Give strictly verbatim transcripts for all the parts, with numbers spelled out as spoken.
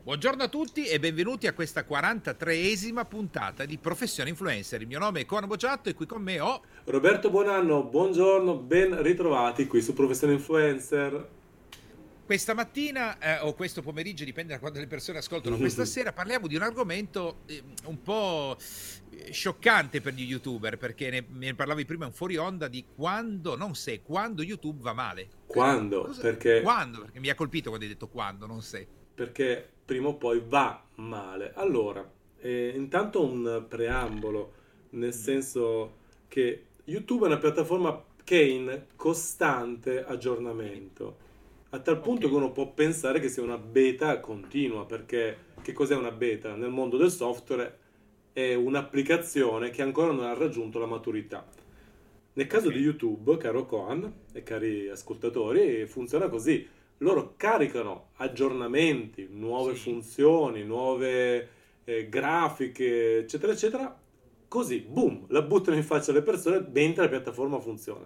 Buongiorno a tutti e benvenuti a questa quarantatreesima puntata di Professione Influencer. Il mio nome è Cono Boggiatto e qui con me ho... Roberto Buonanno, buongiorno, ben ritrovati qui su Professione Influencer. Questa mattina eh, o questo pomeriggio, dipende da quando le persone ascoltano, questa sera parliamo di un argomento eh, un po' eh, scioccante per gli YouTuber, perché ne, ne parlavi prima in fuori onda di quando, non se, quando YouTube va male. Quando? Cosa? Perché, Quando? Perché mi ha colpito quando hai detto quando, non se. perché prima o poi va male. Allora, eh, intanto un preambolo, nel senso che YouTube è una piattaforma che è in costante aggiornamento, a tal Ok, punto che uno può pensare che sia una beta continua, perché che cos'è una beta? Nel mondo del software è un'applicazione che ancora non ha raggiunto la maturità. Nel caso ok, di YouTube, caro Coan e cari ascoltatori, funziona così. Loro caricano aggiornamenti, nuove sì. funzioni, nuove eh, grafiche, eccetera, eccetera. Così, boom, la buttano in faccia alle persone mentre la piattaforma funziona.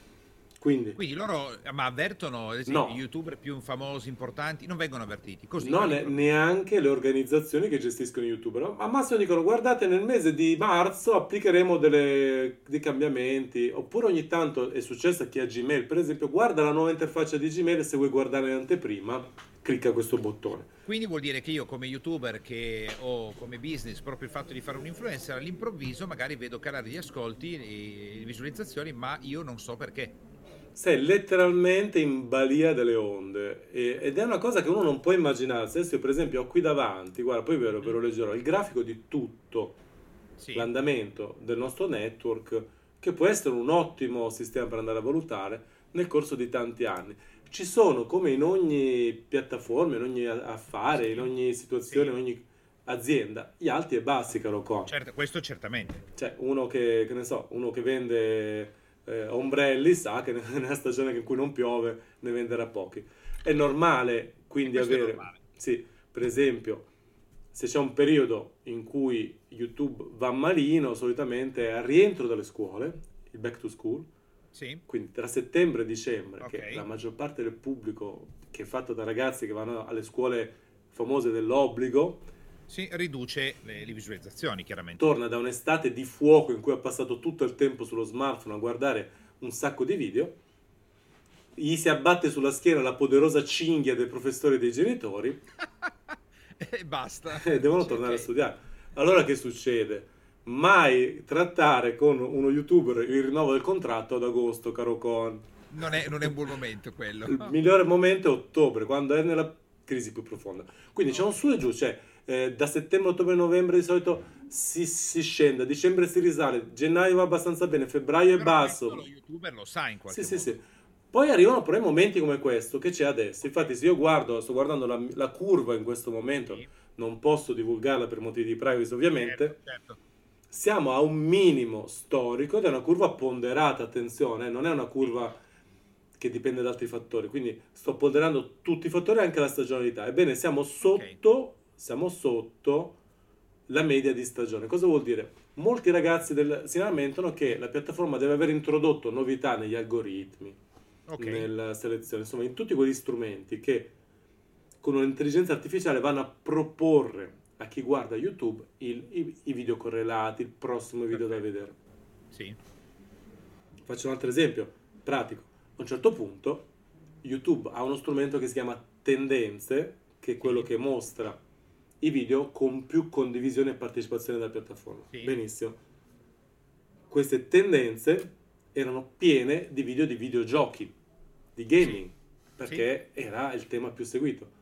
Quindi, Quindi loro, ma avvertono, ad esempio, gli no, YouTuber più famosi, importanti, non vengono avvertiti, così, non è all'improvviso. neanche le organizzazioni che gestiscono i YouTuber. No? Ma al massimo dicono: guardate, nel mese di marzo applicheremo delle- dei cambiamenti. Oppure ogni tanto è successo a chi ha Gmail, per esempio, guarda la nuova interfaccia di Gmail, se vuoi guardare l'anteprima, clicca questo bottone. Quindi vuol dire che io come YouTuber che ho come business proprio il fatto di fare un influencer, all'improvviso magari vedo calare gli ascolti e le visualizzazioni, ma io non so perché. Sei letteralmente in balia delle onde e- ed è una cosa che uno non può immaginarsi. Adesso io per esempio ho qui davanti, guarda, poi ve lo, ve Mm? lo leggerò, il grafico di tutto Sì, l'andamento del nostro network, che può essere un ottimo sistema per andare a valutare nel corso di tanti anni. Ci sono, come in ogni piattaforma, in ogni a- affare, in sì, ogni situazione, sì, in ogni azienda, gli alti e bassi, caro Con. certo, questo certamente. Cioè, uno che, che ne so, uno che vende eh, ombrelli sa che nella stagione in cui non piove ne venderà pochi. È normale E quindi questo è avere, normale. sì, per esempio, se c'è un periodo in cui YouTube va malino, solitamente è al rientro dalle scuole, il back to school, Sì, quindi tra settembre e dicembre, che la ok. maggior parte del pubblico che è fatto da ragazzi che vanno alle scuole famose dell'obbligo, Sì, riduce le, le visualizzazioni, chiaramente. torna da un'estate di fuoco in cui ha passato tutto il tempo sullo smartphone a guardare un sacco di video, gli si abbatte sulla schiena la poderosa cinghia dei professori e dei genitori E basta. e devono Dici, tornare a ok, studiare. Allora che succede? Mai trattare con uno youtuber il rinnovo del contratto ad agosto, caro Con. non è, non è un buon momento quello. Il migliore momento è ottobre, quando è nella crisi più profonda. Quindi c'è un Ok. su e giù, cioè eh, da settembre, ottobre, novembre di solito si, si scende, a dicembre si risale, gennaio va abbastanza bene, febbraio è Però questo lo basso. YouTuber lo sa in Sì, qualche sì, modo. sì. Poi arrivano però i momenti come questo che c'è adesso. Ok, Infatti, se io guardo, sto guardando la, la curva in questo momento, sì, non posso divulgarla per motivi di privacy, certo, ovviamente. certo. Siamo a un minimo storico ed è una curva ponderata, attenzione, eh, non è una Sì, curva che dipende da altri fattori. Quindi sto ponderando tutti i fattori, anche la stagionalità. Ebbene, siamo ok, sotto, siamo sotto la media di stagione. Cosa vuol dire? Molti ragazzi del- si lamentano che la piattaforma deve aver introdotto novità negli algoritmi, ok, nella selezione, insomma, in tutti quegli strumenti che con un'intelligenza artificiale vanno a proporre a chi guarda YouTube il- i, i video correlati, il prossimo video da perfetto. vedere. Sì, Faccio un altro esempio pratico. A un certo punto YouTube ha uno strumento che si chiama Tendenze, che è quello sì, che mostra i video con più condivisione e partecipazione della piattaforma. sì, Benissimo. Queste tendenze erano piene di video di videogiochi, di sì, gaming, sì, perché era il tema più seguito.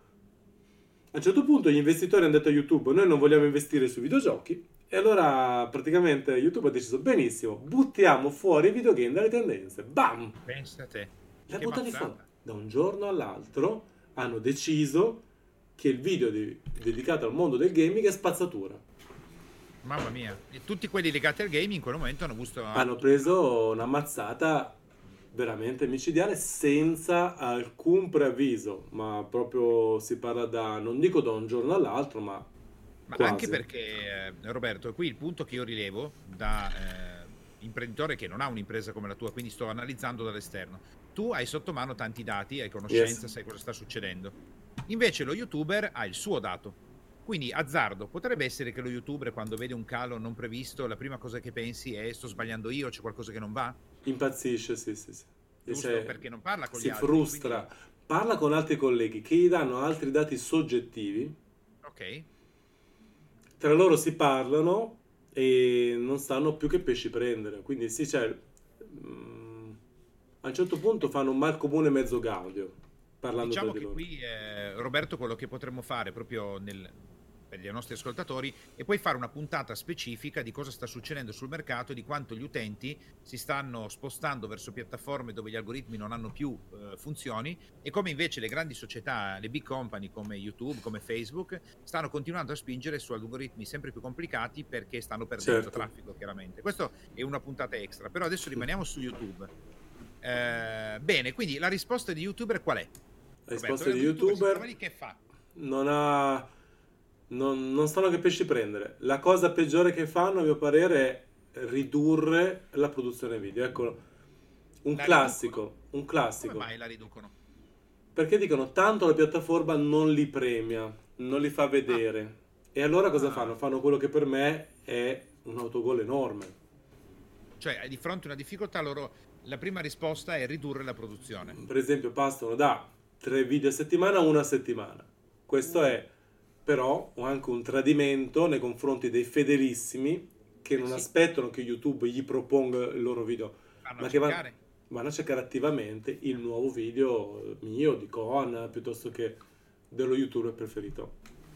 A un certo punto gli investitori hanno detto a YouTube: noi non vogliamo investire sui videogiochi, e allora praticamente YouTube ha deciso: benissimo, buttiamo fuori i videogame dalle tendenze. Bam! pensa a te. Li ha Che buttati fuori. mazzata. Da un giorno all'altro hanno deciso che il video di- dedicato al mondo del gaming è spazzatura. Mamma mia. E tutti quelli legati al gaming in quel momento hanno avuto, hanno Hanno avuto un calo. preso una mazzata veramente micidiale senza alcun preavviso, ma proprio si parla da, non dico da un giorno all'altro, ma Ma anche quasi. perché, eh, Roberto, qui il punto che io rilevo da, eh, imprenditore che non ha un'impresa come la tua, quindi sto analizzando dall'esterno. Tu hai sotto mano tanti dati, hai conoscenza, yes. sai cosa sta succedendo. Invece lo youtuber ha il suo dato. Quindi azzardo, potrebbe essere che lo youtuber quando vede un calo non previsto, la prima cosa che pensi è sto sbagliando io, c'è qualcosa che non va? Impazzisce, sì, sì, sì. Giusto, cioè, perché non parla con gli si altri. Si frustra, quindi... parla con altri colleghi che gli danno altri dati soggettivi. Ok. Tra loro si parlano e non sanno più che pesci prendere. Quindi sì, cioè, mh, a un certo punto fanno un mal comune mezzo gaudio, parlando diciamo tra di che loro. Qui, eh, Roberto, quello che potremmo fare proprio nel... per i nostri ascoltatori e poi fare una puntata specifica di cosa sta succedendo sul mercato e di quanto gli utenti si stanno spostando verso piattaforme dove gli algoritmi non hanno più eh, funzioni e come invece le grandi società, le big company come YouTube, come Facebook stanno continuando a spingere su algoritmi sempre più complicati perché stanno perdendo certo. traffico, chiaramente. Questo è una puntata extra, però adesso rimaniamo su YouTube. Eh, bene, quindi la risposta di YouTuber qual è? La risposta di YouTuber lì, che fa? non ha Non, non sanno che pesci prendere. La cosa peggiore che fanno, a mio parere, è ridurre la produzione video. Ecco, un la classico, riducono? un classico. Come mai la riducono? Perché dicono tanto la piattaforma non li premia, non li fa vedere. Ah. E allora cosa ah. fanno? Fanno quello che per me è un autogol enorme. Cioè, di fronte a una difficoltà, loro la prima risposta è ridurre la produzione. Per esempio, passano da tre video a settimana a una a settimana. Questo uh. è però anche un tradimento nei confronti dei fedelissimi che non sì. aspettano che YouTube gli proponga il loro video, vanno ma a che van, vanno a cercare attivamente il nuovo video mio, di Coan, piuttosto che dello YouTuber preferito.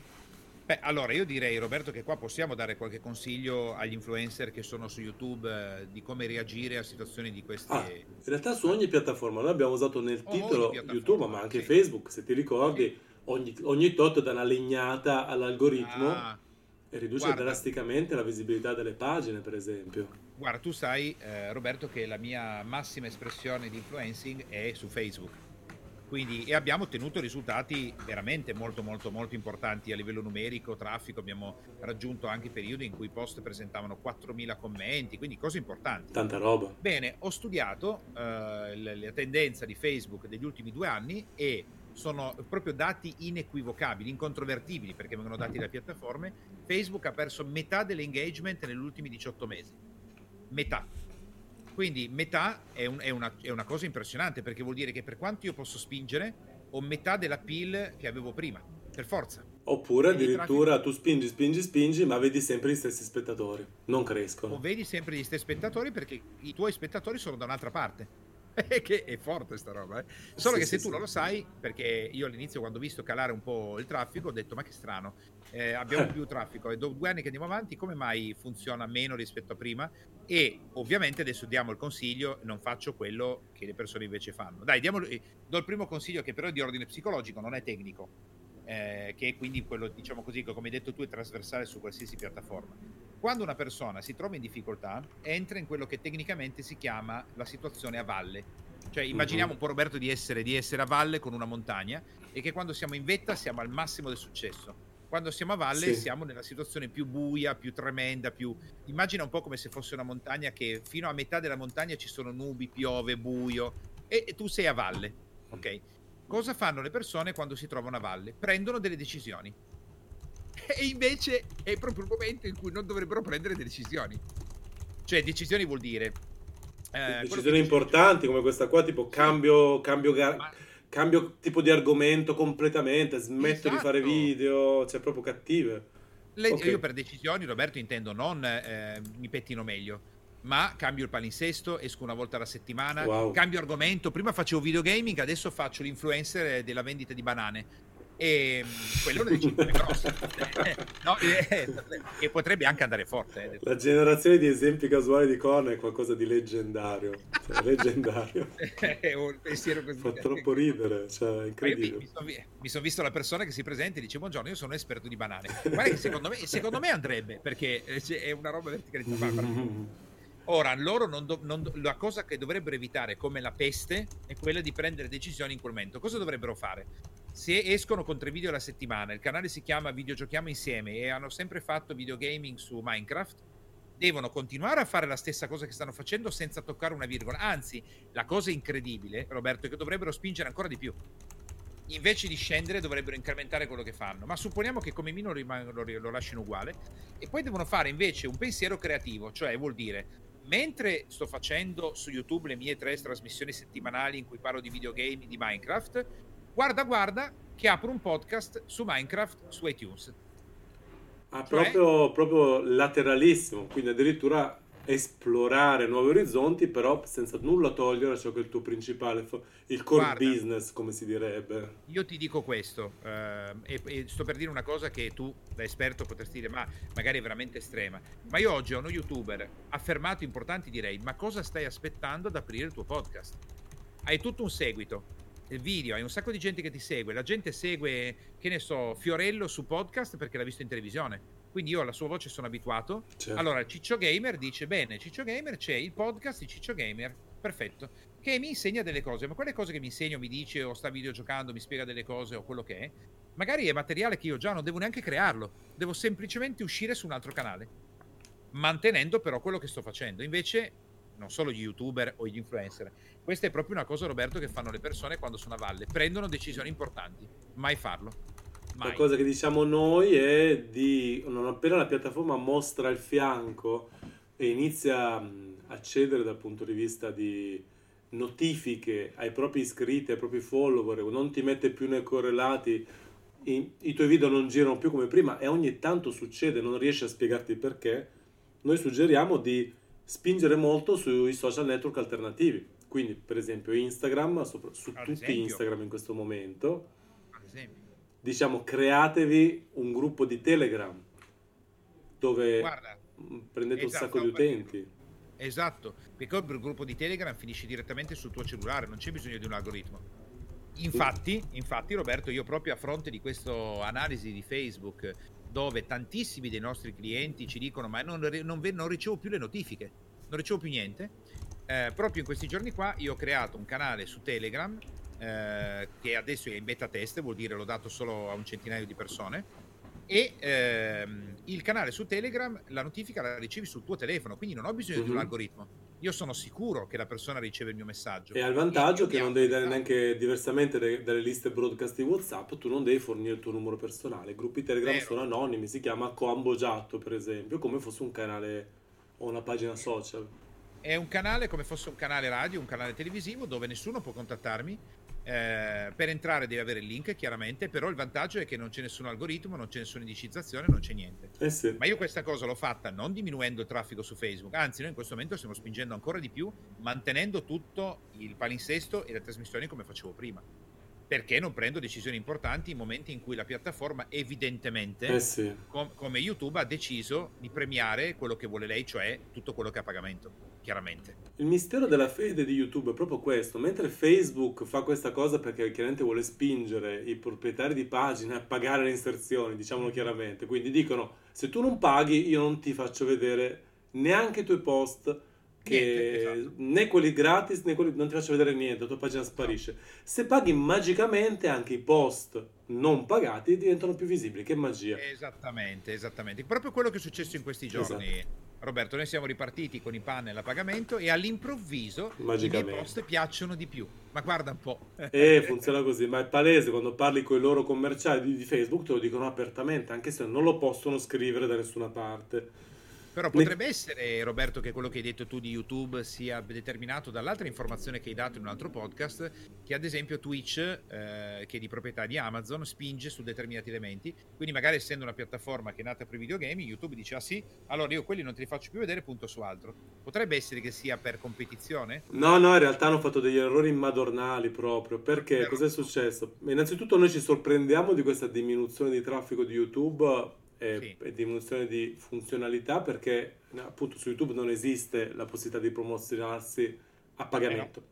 Beh, allora io direi, Roberto, che qua possiamo dare qualche consiglio agli influencer che sono su YouTube eh, di come reagire a situazioni di queste... Ah, in realtà su ogni piattaforma, noi abbiamo usato nel titolo YouTube, ma anche sì. Facebook, se ti ricordi... Sì. Ogni, ogni tot dà una legnata all'algoritmo ah, e riduce guarda, drasticamente la visibilità delle pagine, per esempio. Guarda, tu sai, eh, Roberto, che la mia massima espressione di influencing è su Facebook. Quindi, e abbiamo ottenuto risultati veramente molto, molto, molto importanti a livello numerico, traffico. Abbiamo raggiunto anche periodi in cui i post presentavano quattromila commenti, quindi cose importanti. Tanta roba. Bene, ho studiato eh, la, la tendenza di Facebook degli ultimi due anni e sono proprio dati inequivocabili, incontrovertibili, perché vengono dati dalle piattaforme. Facebook ha perso metà dell'engagement negli ultimi diciotto mesi. Metà. Quindi metà è, un, è, una, è una cosa impressionante, perché vuol dire che per quanto io posso spingere, ho metà dell'appeal che avevo prima, per forza. Oppure quindi addirittura traffico... tu spingi, spingi, spingi, ma vedi sempre gli stessi spettatori, non crescono. O vedi sempre gli stessi spettatori perché i tuoi spettatori sono da un'altra parte. Che è forte sta roba, eh? Solo sì, che se sì, tu sì. non lo sai, perché io all'inizio quando ho visto calare un po' il traffico ho detto ma che strano, eh, abbiamo più traffico e dopo due anni che andiamo avanti come mai funziona meno rispetto a prima? E ovviamente adesso diamo il consiglio, non faccio quello che le persone invece fanno. Dai, diamo, do il primo consiglio che però è di ordine psicologico, non è tecnico, eh, che è quindi quello, diciamo così, come hai detto tu, è trasversale su qualsiasi piattaforma. Quando una persona si trova in difficoltà, entra in quello che tecnicamente si chiama la situazione a valle. Cioè, immaginiamo uh-huh. un po', Roberto, di essere, di essere a valle con una montagna e che quando siamo in vetta siamo al massimo del successo. Quando siamo a valle sì. siamo nella situazione più buia, più tremenda, più... Immagina un po' come se fosse una montagna che fino a metà della montagna ci sono nubi, piove, buio e, e tu sei a valle, ok? Cosa fanno le persone quando si trovano a valle? Prendono delle decisioni. E invece è proprio il momento in cui non dovrebbero prendere decisioni. Cioè, decisioni vuol dire eh, decisioni importanti come questa qua, tipo sì. cambio cambio, gar- Ma... cambio tipo di argomento completamente, smetto esatto. di fare video, cioè proprio cattive. Le, okay. Io per decisioni, Roberto, intendo non eh, mi pettino meglio, ma cambio il palinsesto, esco una volta alla settimana, wow. cambio argomento. Prima facevo videogaming, adesso faccio l'influencer della vendita di banane. E quello è una decisione grossa. No, eh, e potrebbe anche andare forte. Eh. La generazione di esempi casuali di Coan è qualcosa di leggendario. Cioè, leggendario. È un pensiero così. Fa troppo ridere, cioè, incredibile. Mi, mi sono mi son visto la persona che si presenta e dice: buongiorno, io sono esperto di banane. Guarda che secondo me, secondo me andrebbe, perché è una roba verticalizzata. Ora, loro non do, non do, la cosa che dovrebbero evitare, come la peste, è quella di prendere decisioni in quel momento. Cosa dovrebbero fare? Se escono con tre video alla settimana, il canale si chiama Videogiochiamo Insieme e hanno sempre fatto videogaming su Minecraft, devono continuare a fare la stessa cosa che stanno facendo senza toccare una virgola. Anzi, la cosa incredibile, Roberto, è che dovrebbero spingere ancora di più. Invece di scendere dovrebbero incrementare quello che fanno, ma supponiamo che come minimo lo, lo lasciano uguale, e poi devono fare invece un pensiero creativo, cioè vuol dire, mentre sto facendo su YouTube le mie tre trasmissioni settimanali in cui parlo di videogame, di Minecraft, guarda guarda che apro un podcast su Minecraft su iTunes. Ah, Cioè, proprio, proprio lateralissimo, quindi addirittura esplorare nuovi orizzonti, però senza nulla togliere a ciò che è il tuo principale, fo- il core guarda, business, come si direbbe. io ti dico questo, eh, e, e sto per dire una cosa che tu da esperto potresti dire, ma magari è veramente estrema, ma io oggi ho uno youtuber affermato importante, direi, ma cosa stai aspettando ad aprire il tuo podcast? Hai tutto un seguito, il video, hai un sacco di gente che ti segue, la gente segue, che ne so, Fiorello su podcast perché l'ha visto in televisione, quindi io alla sua voce sono abituato. Certo. Allora Ciccio Gamer dice, bene, Ciccio Gamer, c'è il podcast di Ciccio Gamer, perfetto, che mi insegna delle cose, ma quelle cose che mi insegna, mi dice o sta videogiocando, mi spiega delle cose o quello che è, magari è materiale che io già non devo neanche crearlo, devo semplicemente uscire su un altro canale, mantenendo però quello che sto facendo. Invece non solo gli youtuber o gli influencer, questa è proprio una cosa, Roberto, che fanno le persone quando sono a valle, prendono decisioni importanti, mai farlo, mai. La cosa che diciamo noi è di, non appena la piattaforma mostra il fianco e inizia mh, a cedere dal punto di vista di notifiche ai propri iscritti, ai propri follower, non ti mette più nei correlati, i, i tuoi video non girano più come prima, e ogni tanto succede, non riesci a spiegarti il perché, noi suggeriamo di spingere molto sui social network alternativi. Quindi, per esempio, Instagram, sopra- su Ad tutti esempio. Instagram in questo momento, Ad esempio. diciamo, createvi un gruppo di Telegram dove Guarda, mh, prendete un esatto, sacco di stavo per utenti. esatto, perché il gruppo di Telegram finisce direttamente sul tuo cellulare, non c'è bisogno di un algoritmo. Infatti, infatti, Roberto, io proprio a fronte di questa analisi di Facebook, dove tantissimi dei nostri clienti ci dicono ma non, non, non ricevo più le notifiche, non ricevo più niente, eh, proprio in questi giorni qua io ho creato un canale su Telegram, eh, che adesso è in beta test, vuol dire l'ho dato solo a un centinaio di persone, e ehm, il canale su Telegram, la notifica la ricevi sul tuo telefono, quindi non ho bisogno Mhm. di un algoritmo, io sono sicuro che la persona riceve il mio messaggio. E ha il vantaggio Io che mi non devi dare autorizzato. neanche, diversamente dai- dalle liste broadcast di WhatsApp, tu non devi fornire il tuo numero personale. I gruppi Telegram Zero. sono anonimi, si chiama Coambogiato, per esempio, come fosse un canale o una pagina social. È un canale come fosse un canale radio, un canale televisivo dove nessuno può contattarmi. Eh, per entrare devi avere il link, chiaramente, però il vantaggio è che non c'è nessun algoritmo, non c'è nessuna indicizzazione, non c'è niente. Eh sì. Ma io questa cosa l'ho fatta non diminuendo il traffico su Facebook, anzi noi in questo momento stiamo spingendo ancora di più, mantenendo tutto il palinsesto e le trasmissioni come facevo prima, perché non prendo decisioni importanti in momenti in cui la piattaforma evidentemente, Eh sì. com- come YouTube, ha deciso di premiare quello che vuole lei, cioè tutto quello che è a pagamento, chiaramente. Il mistero della fede di YouTube è proprio questo. Mentre Facebook fa questa cosa perché chiaramente vuole spingere i proprietari di pagine a pagare le inserzioni, diciamolo chiaramente. Quindi dicono, se tu non paghi io non ti faccio vedere neanche i tuoi post, che Niente, esatto. né quelli gratis né quelli, non ti faccio vedere niente, la tua pagina sparisce. Se paghi magicamente anche i post non pagati diventano più visibili. Che magia. Esattamente, esattamente. Proprio quello che è successo in questi giorni, Esatto. Roberto. Noi siamo ripartiti con i panel a pagamento e all'improvviso i miei Magicamente. post piacciono di più. Ma guarda un po'. E funziona così, ma è palese quando parli con i loro commerciali di, di Facebook, te lo dicono apertamente, anche se non lo possono scrivere da nessuna parte. Però Ne- potrebbe essere, Roberto, che quello che hai detto tu di YouTube sia determinato dall'altra informazione che hai dato in un altro podcast, che ad esempio Twitch, eh, che è di proprietà di Amazon, spinge su determinati elementi. Quindi magari essendo una piattaforma che è nata per i videogame, YouTube dice, ah sì, allora io quelli non te li faccio più vedere, punto su altro. Potrebbe essere che sia per competizione? No, no, in realtà hanno fatto degli errori madornali proprio, perché Vero? cos'è successo? Innanzitutto noi ci sorprendiamo di questa diminuzione di traffico di YouTube e, Sì. e diminuzione di funzionalità, perché appunto su YouTube non esiste la possibilità di promozionarsi a pagamento.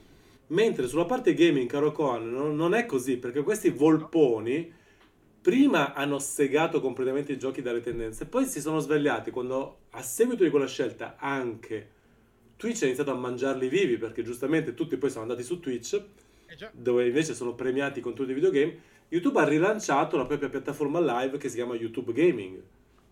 Mentre sulla parte gaming, caro Coan, non, non è così, perché questi volponi prima hanno segato completamente i giochi dalle tendenze, poi si sono svegliati quando, a seguito di quella scelta, anche Twitch ha iniziato a mangiarli vivi, perché giustamente tutti poi sono andati su Twitch, Eh già. dove invece sono premiati i contenuti di videogame. YouTube ha rilanciato la propria piattaforma live che si chiama YouTube Gaming,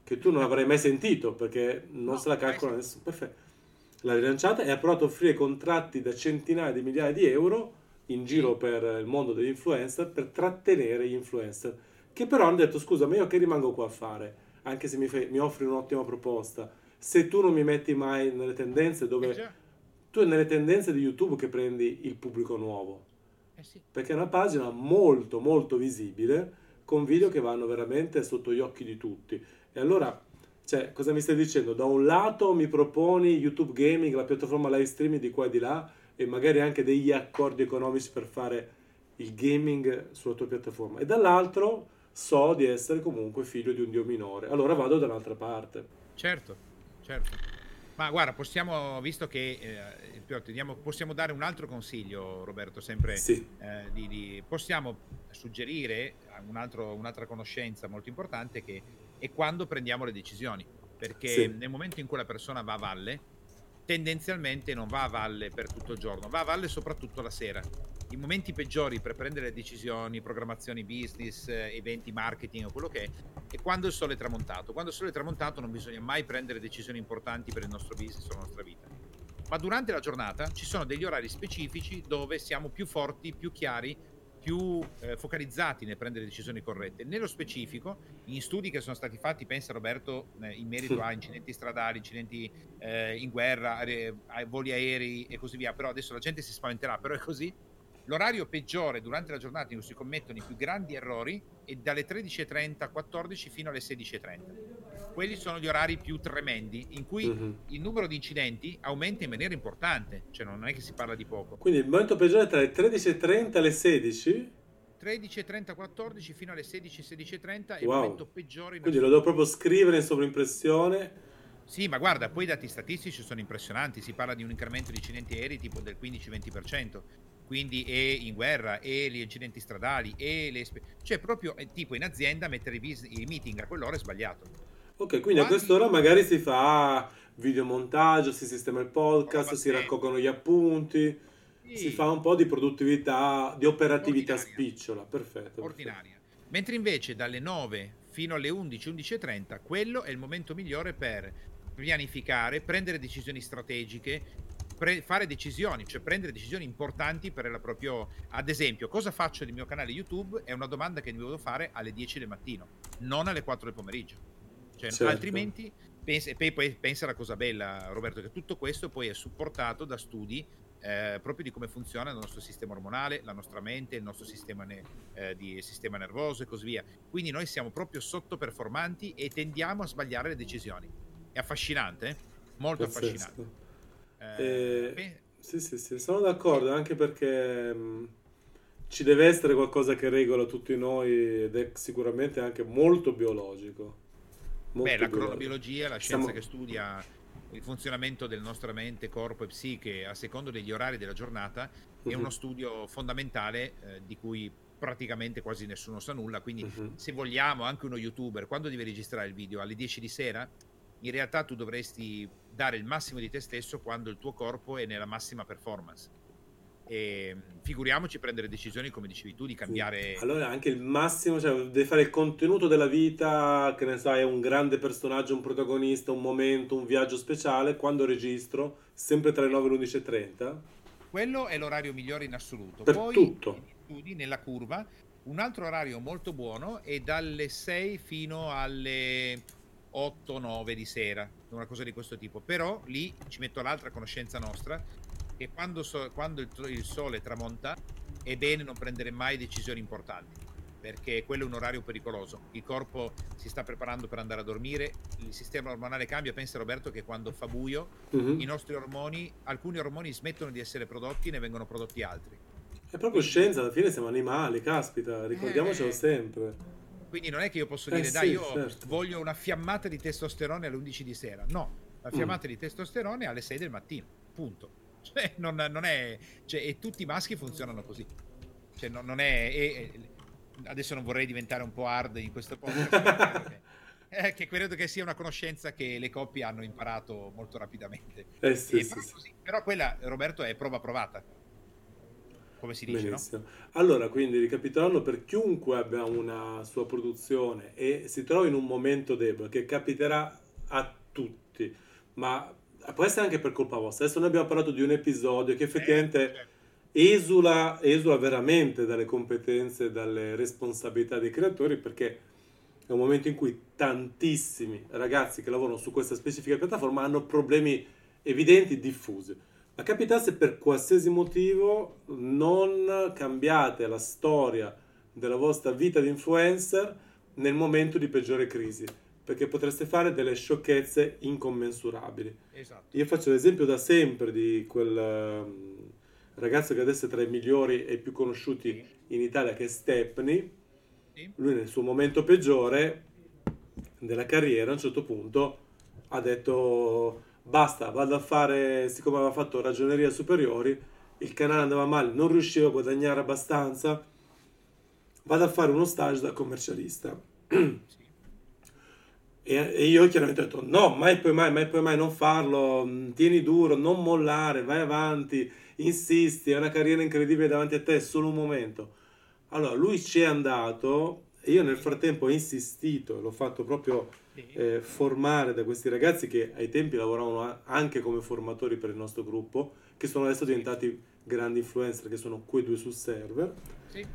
che tu non avrai mai sentito perché non No, se la mai calcola sen- nessuno. Perfetto. L'ha rilanciata e ha provato a offrire contratti da centinaia di migliaia di euro in sì, giro per il mondo degli influencer per trattenere gli influencer. Che però hanno detto: scusa, ma io che rimango qua a fare? Anche se mi, fai- mi offri un'ottima proposta. Se tu non mi metti mai nelle tendenze eh dove già, tu è nelle tendenze di YouTube che prendi il pubblico nuovo. eh sì, Perché è una pagina molto molto visibile con eh video sì. che vanno veramente sotto gli occhi di tutti. E allora, cioè, cosa mi stai dicendo? Da un lato mi proponi YouTube Gaming, la piattaforma live streaming di qua e di là, e magari anche degli accordi economici per fare il gaming sulla tua piattaforma. E dall'altro so di essere comunque figlio di un dio minore. Allora vado da un'altra parte. Certo, certo. Ma guarda, possiamo, visto che eh, però ti diamo- possiamo dare un altro consiglio, Roberto, sempre Sì, eh, di, di- possiamo suggerire a un altro- un'altra conoscenza molto importante che è quando prendiamo le decisioni, perché sì. nel momento in cui la persona va a valle, tendenzialmente non va a valle per tutto il giorno, va a valle soprattutto la sera. I momenti peggiori per prendere decisioni, programmazioni business, eh, eventi marketing o quello che è, è quando il sole è tramontato. Quando il sole è tramontato non bisogna mai prendere decisioni importanti per il nostro business o la nostra vita. Ma durante la giornata ci sono degli orari specifici dove siamo più forti, più chiari, più eh, focalizzati nel prendere decisioni corrette. Nello specifico, in studi che sono stati fatti, pensa Roberto, eh, in merito a incidenti stradali, incidenti eh, in guerra, aere- a voli aerei e così via, però adesso la gente si spaventerà, però è così. L'orario peggiore durante la giornata in cui si commettono i più grandi errori è dalle tredici e trenta, quattordici fino alle sedici e trenta. Quelli sono gli orari più tremendi in cui Mhm. il numero di incidenti aumenta in maniera importante, cioè non è che si parla di poco. Quindi il momento peggiore è tra le tredici e trenta e le sedici? tredici e trenta, quattordici fino alle sedici, sedici e trenta è il Wow. momento peggiore in Quindi lo devo assoluto. proprio scrivere in sovrimpressione. Sì, ma guarda, poi i dati statistici sono impressionanti, si parla di un incremento di incidenti aerei tipo del quindici-venti per cento, quindi e in guerra, e gli incidenti stradali, e le... cioè proprio eh, tipo in azienda mettere i, vis- i meeting a quell'ora è sbagliato. Ok, quindi a Quando quest'ora io... magari si fa videomontaggio, si sistema il roba podcast, si semplice, raccolgono gli appunti, si fa sì, un po' di produttività, di operatività ordinaria. spicciola. Perfetto, perfetto. ordinaria. Mentre invece dalle nove fino alle undici, undici e trenta, quello è il momento migliore per pianificare, prendere decisioni strategiche, pre- fare decisioni, cioè prendere decisioni importanti per la proprio... Ad esempio, cosa faccio nel mio canale YouTube? È una domanda che mi devo fare alle dieci del mattino, non alle quattro del pomeriggio. Cioè, Certo. altrimenti, pensa, e poi, poi pensa la cosa bella, Roberto, che tutto questo poi è supportato da studi eh, proprio di come funziona il nostro sistema ormonale, la nostra mente, il nostro sistema, ne- eh, di, sistema nervoso e così via. Quindi noi siamo proprio sottoperformanti e tendiamo a sbagliare le decisioni. È affascinante, eh? Molto affascinante. Pazzesco. Eh, E... pe- Sì, sì, sì, sono sì. d'accordo, anche perché mh, ci deve essere qualcosa che regola tutti noi ed è sicuramente anche molto biologico. Beh, Molto la biologico. cronobiologia, la scienza che Siamo... studia il funzionamento della nostra mente, corpo e psiche a secondo degli orari della giornata, è uno Mhm, studio fondamentale eh, di cui praticamente quasi nessuno sa nulla. Quindi, mhm. se vogliamo, anche uno YouTuber, quando deve registrare il video alle dieci di sera, in realtà tu dovresti dare il massimo di te stesso quando il tuo corpo è nella massima performance. E figuriamoci prendere decisioni, come dicevi tu, di Sì. cambiare. Allora anche il massimo, cioè devi fare il contenuto della vita, che ne sai, un grande personaggio, un protagonista, un momento, un viaggio speciale, quando registro, sempre tra le nove e le undici e trenta, Quello è l'orario migliore in assoluto. per Poi tutto. negli studi, nella curva, un altro orario molto buono è dalle sei fino alle otto nove di sera, una cosa di questo tipo. Però lì ci metto l'altra conoscenza nostra, che quando, so- quando il, il sole tramonta è bene non prendere mai decisioni importanti, perché quello è un orario pericoloso. Il corpo si sta preparando per andare a dormire, il sistema ormonale cambia. Pensa Roberto che quando fa buio i Mhm. nostri ormoni, alcuni ormoni smettono di essere prodotti e ne vengono prodotti altri. È proprio Quindi, scienza, alla fine siamo animali, caspita, ricordiamocelo eh, sempre. quindi non è che io posso Eh dire, dai, sì, io certo. voglio una fiammata di testosterone alle undici di sera. No, la Mm. fiammata di testosterone è alle sei del mattino, punto. Cioè, non, non è, cioè, e tutti i maschi funzionano così. Cioè, non, non è, e- e- adesso non vorrei diventare un po' hard in questo podcast, perché credo che, eh, che credo che sia una conoscenza che le coppie hanno imparato molto rapidamente. Eh sì, E sì, però, sì. così, però quella, Roberto, è prova provata. come si dice, no? Benissimo. Allora, quindi ricapitolando, per chiunque abbia una sua produzione e si trovi in un momento debole, che capiterà a tutti, ma può essere anche per colpa vostra. Adesso noi abbiamo parlato di un episodio che Eh, effettivamente certo. esula, esula veramente dalle competenze e dalle responsabilità dei creatori, perché è un momento in cui tantissimi ragazzi che lavorano su questa specifica piattaforma hanno problemi evidenti, diffusi. Ma capitasse per qualsiasi motivo, non cambiate la storia della vostra vita di influencer nel momento di peggiore crisi, perché potreste fare delle sciocchezze incommensurabili. Esatto. Io faccio l'esempio da sempre di quel ehm, ragazzo che adesso è tra i migliori e più conosciuti Sì, in Italia, che è Stepney. sì, Lui nel suo momento peggiore della carriera, a un certo punto, ha detto basta, vado a fare, siccome aveva fatto ragioneria superiori, il canale andava male, non riuscivo a guadagnare abbastanza, vado a fare uno stage da commercialista. sì. E, e io chiaramente ho detto no, mai poi mai, mai poi mai non farlo, mh, tieni duro, non mollare, vai avanti, insisti, è una carriera incredibile davanti a te, è solo un momento. Allora lui ci è andato e io nel Sì, frattempo ho insistito, l'ho fatto proprio sì, eh, formare da questi ragazzi che ai tempi lavoravano a- anche come formatori per il nostro gruppo, che sono adesso sì, diventati grandi influencer, che sono quei due sul server. sì.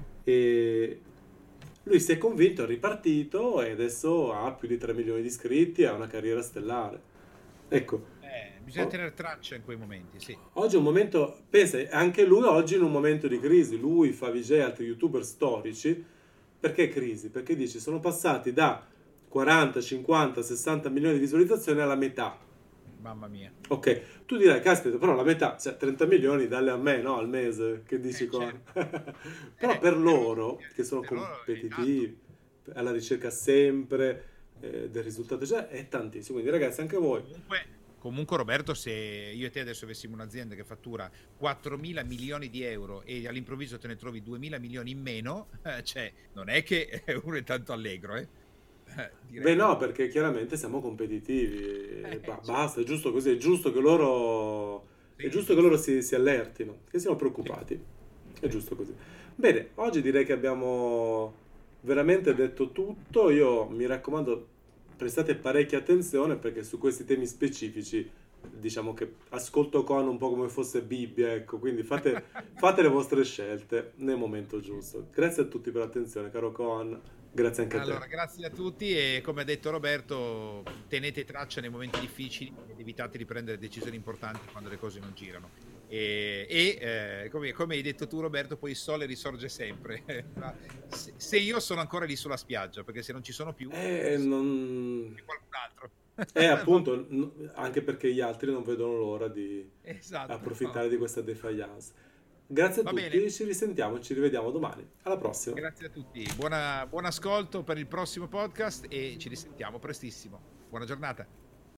E lui si è convinto, è ripartito e adesso ha più di tre milioni di iscritti, ha una carriera stellare. Ecco, Eh, bisogna o- tenere traccia in quei momenti, sì. oggi è un momento, pensa, anche lui oggi in un momento di crisi, lui, Favij e altri youtuber storici, perché crisi? Perché dici, sono passati da quaranta, cinquanta, sessanta milioni di visualizzazioni alla metà. Mamma mia. Ok, tu dirai, caspita, però la metà, cioè trenta milioni, dalle a me, no? Al mese, che dici Eh, con... certo. Però Eh, per però loro, che sono per loro è tanto. competitivi, alla ricerca sempre eh, del risultato, cioè, è tantissimo. Quindi ragazzi, anche voi, Comunque, comunque Roberto, se io e te adesso avessimo un'azienda che fattura quattromila milioni di euro e all'improvviso te ne trovi duemila milioni in meno, eh, cioè, non è che uno è tanto allegro, eh? Eh, beh direi di no, no. perché chiaramente siamo competitivi, e Eh, ba- certo. basta, è giusto così, è giusto che loro, è Sì, giusto che loro giusto. si, si allertino, che siano Sì, preoccupati, è sì. giusto così. Bene, oggi direi che abbiamo veramente detto tutto, io mi raccomando, prestate parecchia attenzione perché su questi temi specifici, diciamo che ascolto con un po' come fosse Bibbia, ecco, quindi fate, fate le vostre scelte nel momento giusto. Grazie a tutti per l'attenzione, caro Coan, grazie anche a te. Allora, grazie a tutti e come ha detto Roberto, tenete traccia nei momenti difficili ed evitate di prendere decisioni importanti quando le cose non girano. E, e, eh, come, come hai detto tu Roberto, poi il sole risorge sempre. Ma se, se io sono ancora lì sulla spiaggia, perché se non ci sono più, Eh, non... c'è qualcun altro. Eh, Va- appunto, n- anche perché gli altri non vedono l'ora di esatto. approfittare di questa defiance. Grazie a Va bene, tutti, ci risentiamo, ci rivediamo domani. Alla prossima. grazie a tutti. Buona, buon ascolto per il prossimo podcast e ci risentiamo prestissimo. Buona giornata.